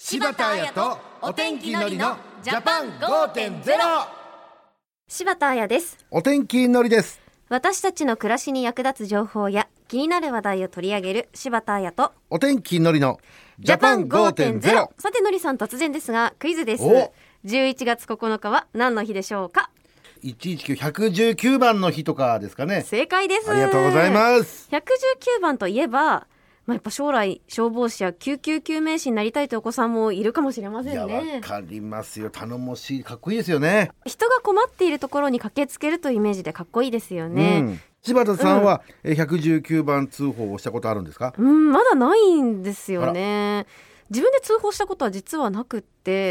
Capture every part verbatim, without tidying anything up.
柴田彩とお天気のりのジャパン ごーてんゼロ。 柴田彩です。 お天気のりです。 私たちの暮らしに役立つ情報や気になる話題を取り上げる柴田彩とお天気のりのジャパン ごーてんゼロ。 さてのりさん、突然ですがクイズです。じゅういちがつここのかは何の日でしょうか？ いちいちきゅう、ひゃくじゅうきゅうばんの日とかですかね。 正解です。 ありがとうございます。 ひゃくじゅうきゅうばんといえば、まあ、やっぱ将来消防士や救急救命士になりたいというお子さんもいるかもしれませんね。 いや、わかりますよ。頼もしい、かっこいいですよね。 人が困っているところに駆けつけるというイメージでかっこいいですよね、うん、 柴田さんは、うん、ひゃくじゅうきゅうばん通報をしたことあるんですか？ うん、まだないんですよね。自分で通報したことは実はなくって、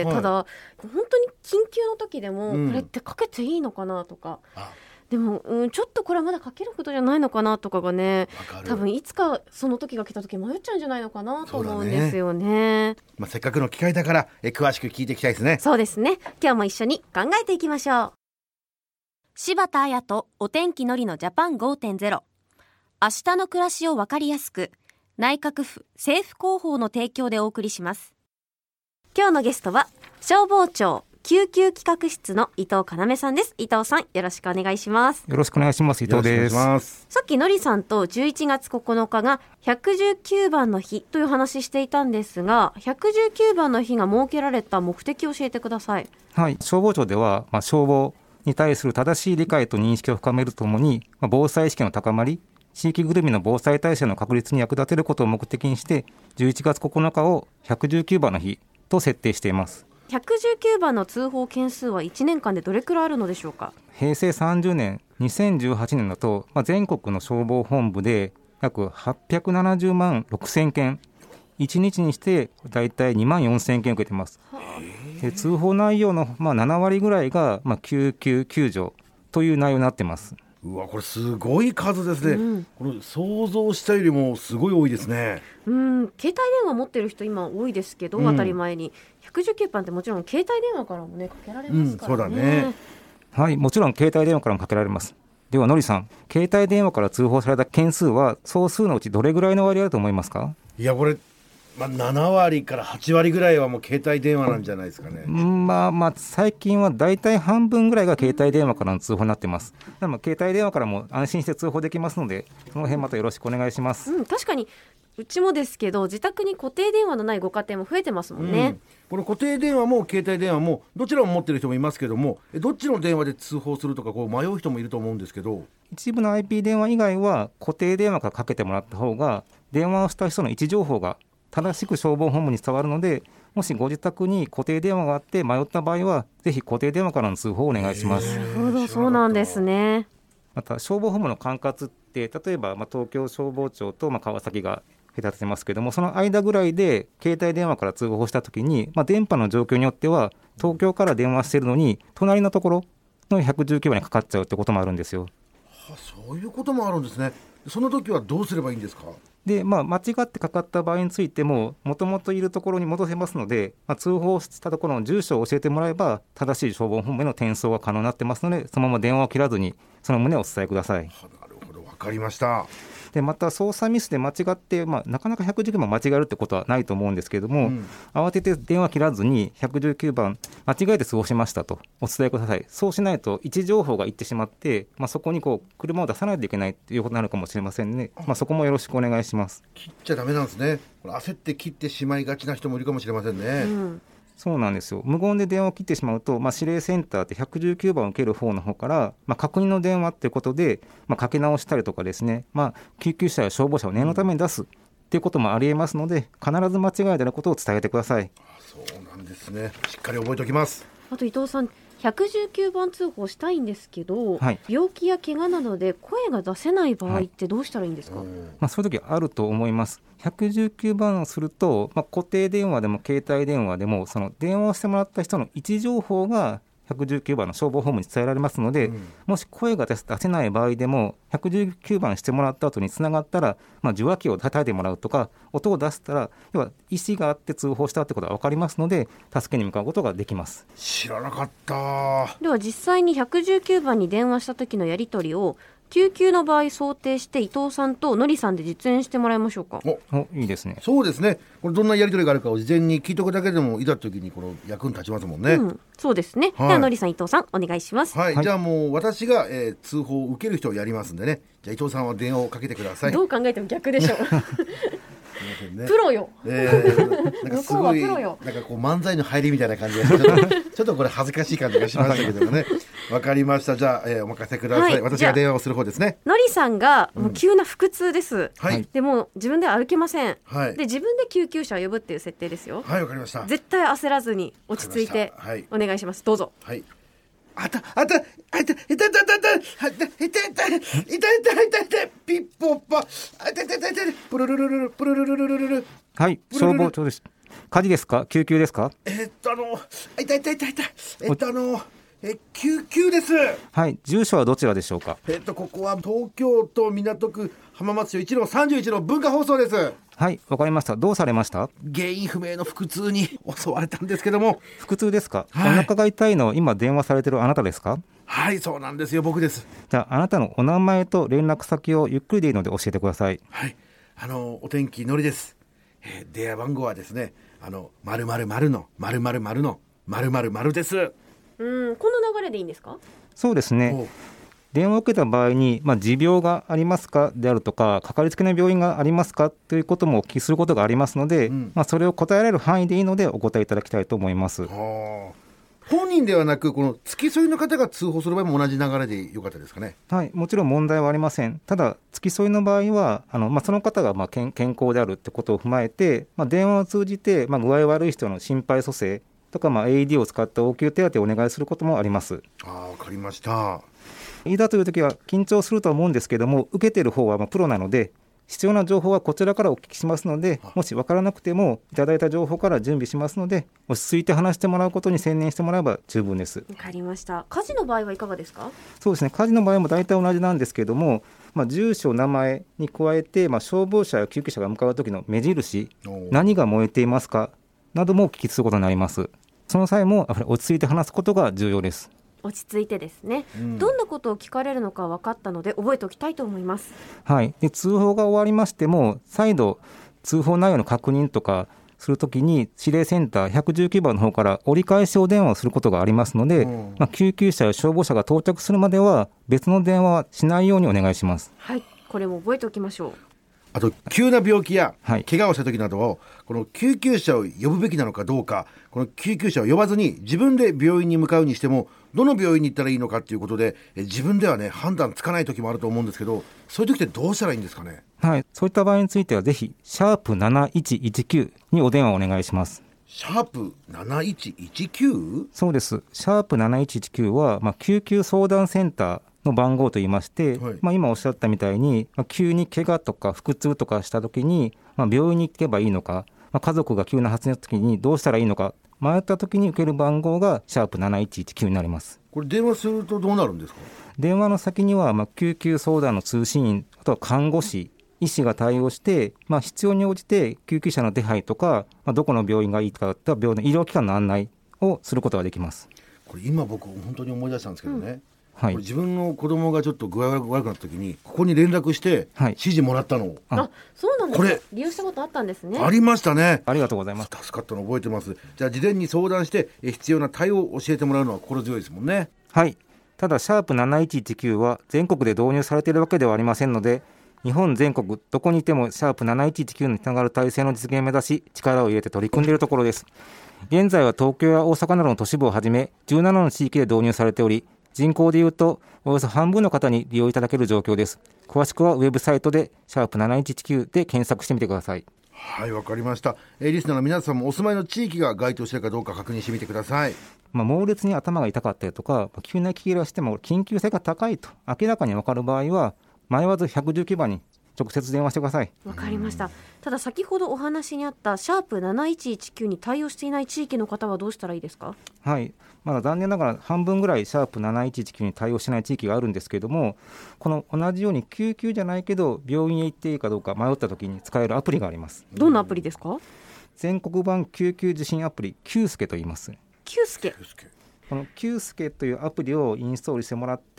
はい、ただ本当に緊急の時でも、うん、これってかけていいのかなとか、あでも、うん、ちょっとこれはまだかけることじゃないのかなとかがね、多分いつかその時が来た時迷っちゃうんじゃないのかなと思うんですよ ね, ね、 まあ、せっかくの機会だからえ詳しく聞いていきたいですね。 そうですね。今日も一緒に考えていきましょう。柴田彩とお天気のりのジャパン ごーてんゼロ。 明日の暮らしを分かりやすく、内閣府政府広報の提供でお送りします。今日のゲストは消防庁救急企画室の伊藤要さんです。伊藤さん、よろしくお願いします。 よろしくお願いします。伊藤です。 さっきのりさんとじゅういちがつここのかがひゃくじゅうきゅうばんの日という話していたんですが、ひゃくじゅうきゅうばんの日が設けられた目的を教えてください。 はい、消防庁では、まあ、消防に対する正しい理解と認識を深めるとともに、まあ、防災意識の高まり、地域ぐるみの防災体制の確立に役立てることを目的にしてじゅういちがつここのかをひゃくじゅうきゅうばんの日と設定しています。 ひゃくじゅうきゅうばんの通報件数はいちねんかんでどれくらいあるのでしょうか？ へいせいさんじゅうねん、にせんじゅうはちねんだと、まあ、全国の消防本部で約はっぴゃくななじゅうまんろくせんけん、いちにちにしてだいたいにまんよんせんけん受けています。で通報内容のまあななわりぐらいがまあ救急救助という内容になっています。 うわ、これすごい数ですね、うん、これ想像したよりもすごい多いですね。 うん、携帯電話持ってる人今多いですけど、うん、当たり前にひゃくじゅうきゅうばんってもちろん携帯電話からもねかけられますからね、うん、そうだね。 はい、もちろん携帯電話からもかけられます。ではのりさん、携帯電話から通報された件数は総数のうちどれぐらいの割合だと思いますか？ いや、これまあ、ななわりからはちわりぐらいはもう携帯電話なんじゃないですかね。 まあまあ最近はだいたい半分ぐらいが携帯電話からの通報になっています。でも携帯電話からも安心して通報できますので、その辺またよろしくお願いします、 うん、確かにうちもですけど自宅に固定電話のないご家庭も増えてますもんね、うん、 この固定電話も携帯電話もどちらも持ってる人もいますけども、どっちの電話で通報するとかこう迷う人もいると思うんですけど、 一部の アイピー 電話以外は固定電話からかけてもらった方が電話をした人の位置情報が正しく消防本部に伝わるので、もしご自宅に固定電話があって迷った場合はぜひ固定電話からの通報をお願いします。 なるほど、そうなんですね。 また消防本部の管轄って例えば、まあ、東京消防庁と、まあ、川崎が隔ててますけども、その間ぐらいで携帯電話から通報したときに、まあ、電波の状況によっては東京から電話しているのに隣のところのひゃくじゅうきゅうばんにかかっちゃうってこともあるんですよ。 はあ、そういうこともあるんですね。その時はどうすればいいんですか？ で、まあ、間違ってかかった場合についてももともといるところに戻せますので、まあ、通報したところの住所を教えてもらえば正しい消防本部への転送が可能になってますので、そのまま電話を切らずにその旨をお伝えください。 はあ、なるほど、分かりました。 でまた操作ミスで間違って、まあ、なかなかひゃくじゅうきゅうばん間違えるってことはないと思うんですけれども、うん、慌てて電話切らずにひゃくじゅうきゅうばん間違えて通報しましたとお伝えください。そうしないと位置情報がいってしまって、まあ、そこにこう車を出さないといけないということになるかもしれませんね。まあ、そこもよろしくお願いします。 切っちゃダメなんですね。これ焦って切ってしまいがちな人もいるかもしれませんね、うん。 そうなんですよ。無言で電話を切ってしまうと、まあ、指令センターってひゃくじゅうきゅうばんを受ける方の方から、まあ、確認の電話ということで、まあ、かけ直したりとかですね、まあ、救急車や消防車を念のために出すっていうこともありえますので、必ず間違いであることを伝えてください。 あ、そうなんですね。しっかり覚えておきます。 あと伊藤さん、ひゃくじゅうきゅうばん通報したいんですけど、はい、病気や怪我などで声が出せない場合ってどうしたらいいんですか？はい、 まあ、そういう時あると思います。ひゃくじゅうきゅうばんをすると、まあ、固定電話でも携帯電話でもその電話をしてもらった人の位置情報がひゃくじゅうきゅうばんの消防本部に伝えられますので、うん、もし声が出せない場合でもひゃくじゅうきゅうばんしてもらった後につながったら、まあ、受話器を叩いてもらうとか音を出したら、要は意思があって通報したってことが分かりますので、助けに向かうことができます。 知らなかった。 では実際にひゃくじゅうきゅうばんに電話した時のやり取りを救急の場合想定して伊藤さんとのりさんで実演してもらいましょうか。 おおいいですね。 そうですね。これどんなやり取りがあるかを事前に聞いておくだけでもいざという時にこの役に立ちますもんね。 うん、そうですね、 はい、 ではのりさん伊藤さんお願いします。 はい、 はい、 じゃあもう私が、えー、通報を受ける人をやりますんでね。じゃあ伊藤さんは電話をかけてください。 どう考えても逆でしょうね、 プロよ、 えー、なんかすごい向こうはプロよ。 なんかこう漫才の入りみたいな感じがしてちょっとちょっとこれ恥ずかしい感じがしましたけどもねわかりました。じゃあ、えー、お任せください、はい、私が電話をする方ですね。 のりさんがもう急な腹痛です、うん、 はい、 でも自分では歩けません、はい、で自分で救急車を呼ぶっていう設定ですよ。 はい、わかりました。 絶対焦らずに落ち着いてお願いします。どうぞ。 はい、あたあたあたいたいたいたいたいたいたいたいたいたいたいたピッポッパあたいたいたいたプルルルルルプルルルルルルル。 はい、消防庁です。火事ですか、救急ですか。 えー、っとあのいたいたいたいたえっとあのえ救急です。 はい、住所はどちらでしょうか。 えっとここは東京都港区浜松町いちのさんじゅういちの文化放送です。 はい、わかりました。どうされました。 原因不明の腹痛に襲われたんですけども。 腹痛ですか、 はい、 お腹が痛いの今電話されてるあなたですか。 はい、そうなんですよ、僕です。 じゃああなたのお名前と連絡先をゆっくりでいいので教えてください。 はい、あのお天気のりです。えー、電話番号はですね、あの〇〇〇の〇〇〇の〇〇〇です。 うん、この流れでいいんですか。 そうですね。電話を受けた場合に、まあ、持病がありますかであるとか、かかりつけの病院がありますかということもお聞きすることがありますので、うん、まあ、それを答えられる範囲でいいのでお答えいただきたいと思います。 はあ、本人ではなくこの付き添いの方が通報する場合も同じ流れでよかったですかね。 はい、もちろん問題はありません。ただ付き添いの場合はあの、まあ、その方がまあ 健, 健康であるってことを踏まえて、まあ、電話を通じて、まあ、具合悪い人の心肺蘇生とか、まあ、エーイーディー を使った応急手当をお願いすることもあります。 ああ、わかりました。 いざという時は緊張すると思うんですけども、受けている方はまあプロなので必要な情報はこちらからお聞きしますので、もし分からなくてもいただいた情報から準備しますので、落ち着いて話してもらうことに専念してもらえば十分です。 わかりました。火事の場合はいかがですか。 そうですね、火事の場合も大体同じなんですけども、まあ、住所名前に加えて、まあ、消防車や救急車が向かう時の目印、何が燃えていますかなどもお聞きすることになります。その際もやはり落ち着いて話すことが重要です。 落ち着いてですね、うん、どんなことを聞かれるのか分かったので覚えておきたいと思います。 はい、で通報が終わりましても再度通報内容の確認とかするときに指令センターひゃくじゅうきゅうばんの方から折り返しお電話をすることがありますので、うん、まあ、救急車や消防車が到着するまでは別の電話はしないようにお願いします。 はい、これも覚えておきましょう。 あと急な病気やはい、 怪我をした時などをこの救急車を呼ぶべきなのかどうか、この救急車を呼ばずに自分で病院に向かうにしてもどの病院に行ったらいいのかということでえ自分ではね判断つかない時もあると思うんですけど、そういう時ってどうしたらいいんですかね。 はい、そういった場合についてはぜひシャープなないちいちきゅうにお電話をお願いします。 シャープなないちいちきゅう。 そうです。シャープなないちいちきゅうは、まあ、救急相談センターの番号といいまして、はい、まあ、今おっしゃったみたいに、まあ、急に怪我とか腹痛とかした時に、まあ、病院に行けばいいのか、まあ、家族が急な発熱の時にどうしたらいいのか迷った時に受ける番号がシャープなないちいちきゅうになります。 これ電話するとどうなるんですか。 電話の先には、まあ、救急相談の通信員、あとは看護師、医師が対応して、まあ、必要に応じて救急車の手配とか、まあ、どこの病院がいいかだったら病院の医療機関の案内をすることができます。 これ今僕本当に思い出したんですけどね、うん、 はい、 これ自分の子供がちょっと具合が悪くなった時にここに連絡して指示もらったのを、 はい、あ、そうなんですね。これ利用したことあったんですね。 ありましたね。 ありがとうございます。 助かったの覚えてます。じゃあ事前に相談して必要な対応を教えてもらうのは心強いですもんね。 はい、ただシャープなないちいちきゅうは全国で導入されているわけではありませんので、日本全国どこにいてもシャープなないちいちきゅうにつながる体制の実現を目指し力を入れて取り組んでいるところです。現在は東京や大阪などの都市部をはじめじゅうななの地域で導入されており、人口でいうとおよそ半分の方に利用いただける状況です。詳しくはウェブサイトでシャープなないちいちきゅうで検索してみてください。 はい、わかりました。えー、リスナーの皆さんもお住まいの地域が該当しているかどうか確認してみてください。 まあ、猛烈に頭が痛かったりとか急な息切れをしても緊急性が高いと明らかに分かる場合は迷わずひゃくじゅうきゅうばんに直接電話してください。 わかりました。ただ先ほどお話にあったシャープなないちいちきゅうに対応していない地域の方はどうしたらいいですか。 はい、まだ残念ながら半分ぐらいシャープなないちいちきゅうに対応していない地域があるんですけれども、この同じように救急じゃないけど病院へ行っていいかどうか迷った時に使えるアプリがあります。 どんなアプリですか。 全国版救急受診アプリキュースケと言います。 キュースケ。 このキュースケというアプリをインストールしてもらって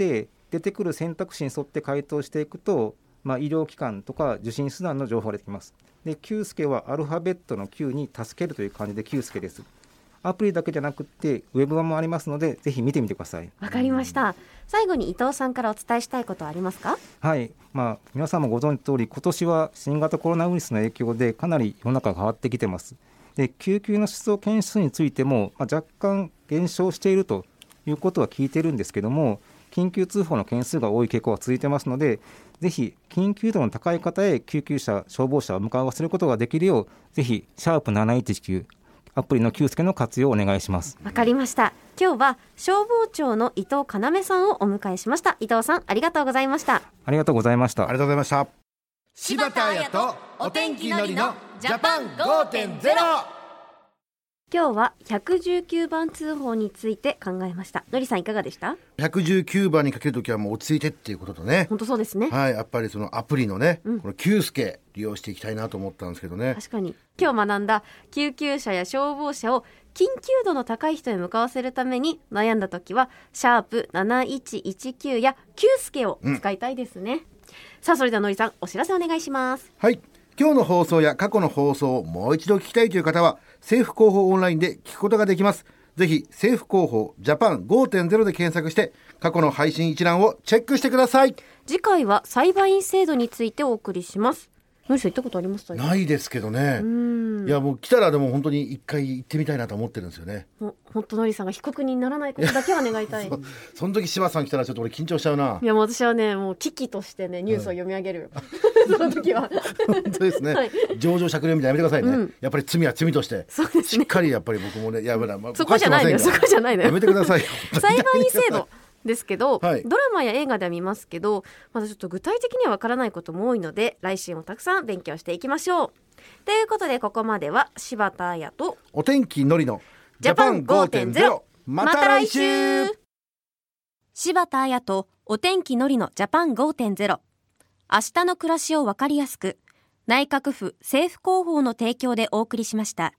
出てくる選択肢に沿って回答していくと、まあ、医療機関とか受診手段の情報が出てきます。で、Q助はアルファベットの Q に助けるという漢字で Q助です。アプリだけじゃなくてウェブ版もありますので、ぜひ見てみてください。 わかりました。最後に伊藤さんからお伝えしたいことはありますか？ はい、まあ、皆さんもご存知の通り、今年は新型コロナウイルスの影響でかなり世の中が変わってきてます。で、救急の出動件数についても、まあ、若干減少しているということは聞いてるんですけども、緊急通報の件数が多い傾向が続いてますので、ぜひ緊急度の高い方へ救急車、消防車を向かわせることができるよう、ぜひシャープなないいちきゅうアプリの Q助の活用をお願いします。 わかりました。今日は消防庁の伊藤要さんをお迎えしました。伊藤さん、ありがとうございました。 ありがとうございました。 ありがとうございました。 柴田彩とお天気のりのジャパン ごてんゼロ。 今日はひゃくじゅうきゅうばん通報について考えました。のりさん、いかがでした？ ひゃくじゅうきゅうばんにかけるときはもう落ち着いてっていうこととね。 本当そうですね。 はい、やっぱりそのアプリのね、 うん、 この Q助利用していきたいなと思ったんですけどね。 確かに今日学んだ救急車や消防車を緊急度の高い人へ向かわせるために悩んだときはシャープなないちいちきゅうや Q助を使いたいですね、うん、さあ、それではのりさん、お知らせお願いします。 はい、今日の放送や過去の放送をもう一度聞きたいという方は政府広報オンラインで聞くことができます。ぜひ政府広報ジャパン ごてんゼロ で検索して過去の配信一覧をチェックしてください。 次回は裁判員制度についてお送りします。のりさん、行ったことありますか？ ないですけどね。うんいや、もう来たらでも本当に一回行ってみたいなと思ってるんですよね。 もう本当のりさんが被告にならないことだけは願いたい。 そ, その時柴さん来たらちょっと俺緊張しちゃうな。 いや、もう私はね、もう危機としてねニュースを読み上げる、うん、その時は本当ですね、はい、情状酌量みたいなやめてくださいね、うん、やっぱり罪は罪として、 そうですね、 しっかりやっぱり僕もね、やめな、まあ、 そこじゃないのよ、そこじゃないのよ、 やめてくださいよ裁判員制度ですけど、 はい、 ドラマや映画では見ますけど、まだちょっと具体的にはわからないことも多いので、来週もたくさん勉強していきましょう。ということで、ここまでは柴田彩とお天気のりのジャパン ごてんゼロ。 また来週。 柴田彩とお天気のりのジャパン ごてんゼロ。 明日の暮らしをわかりやすく、内閣府政府広報の提供でお送りしました。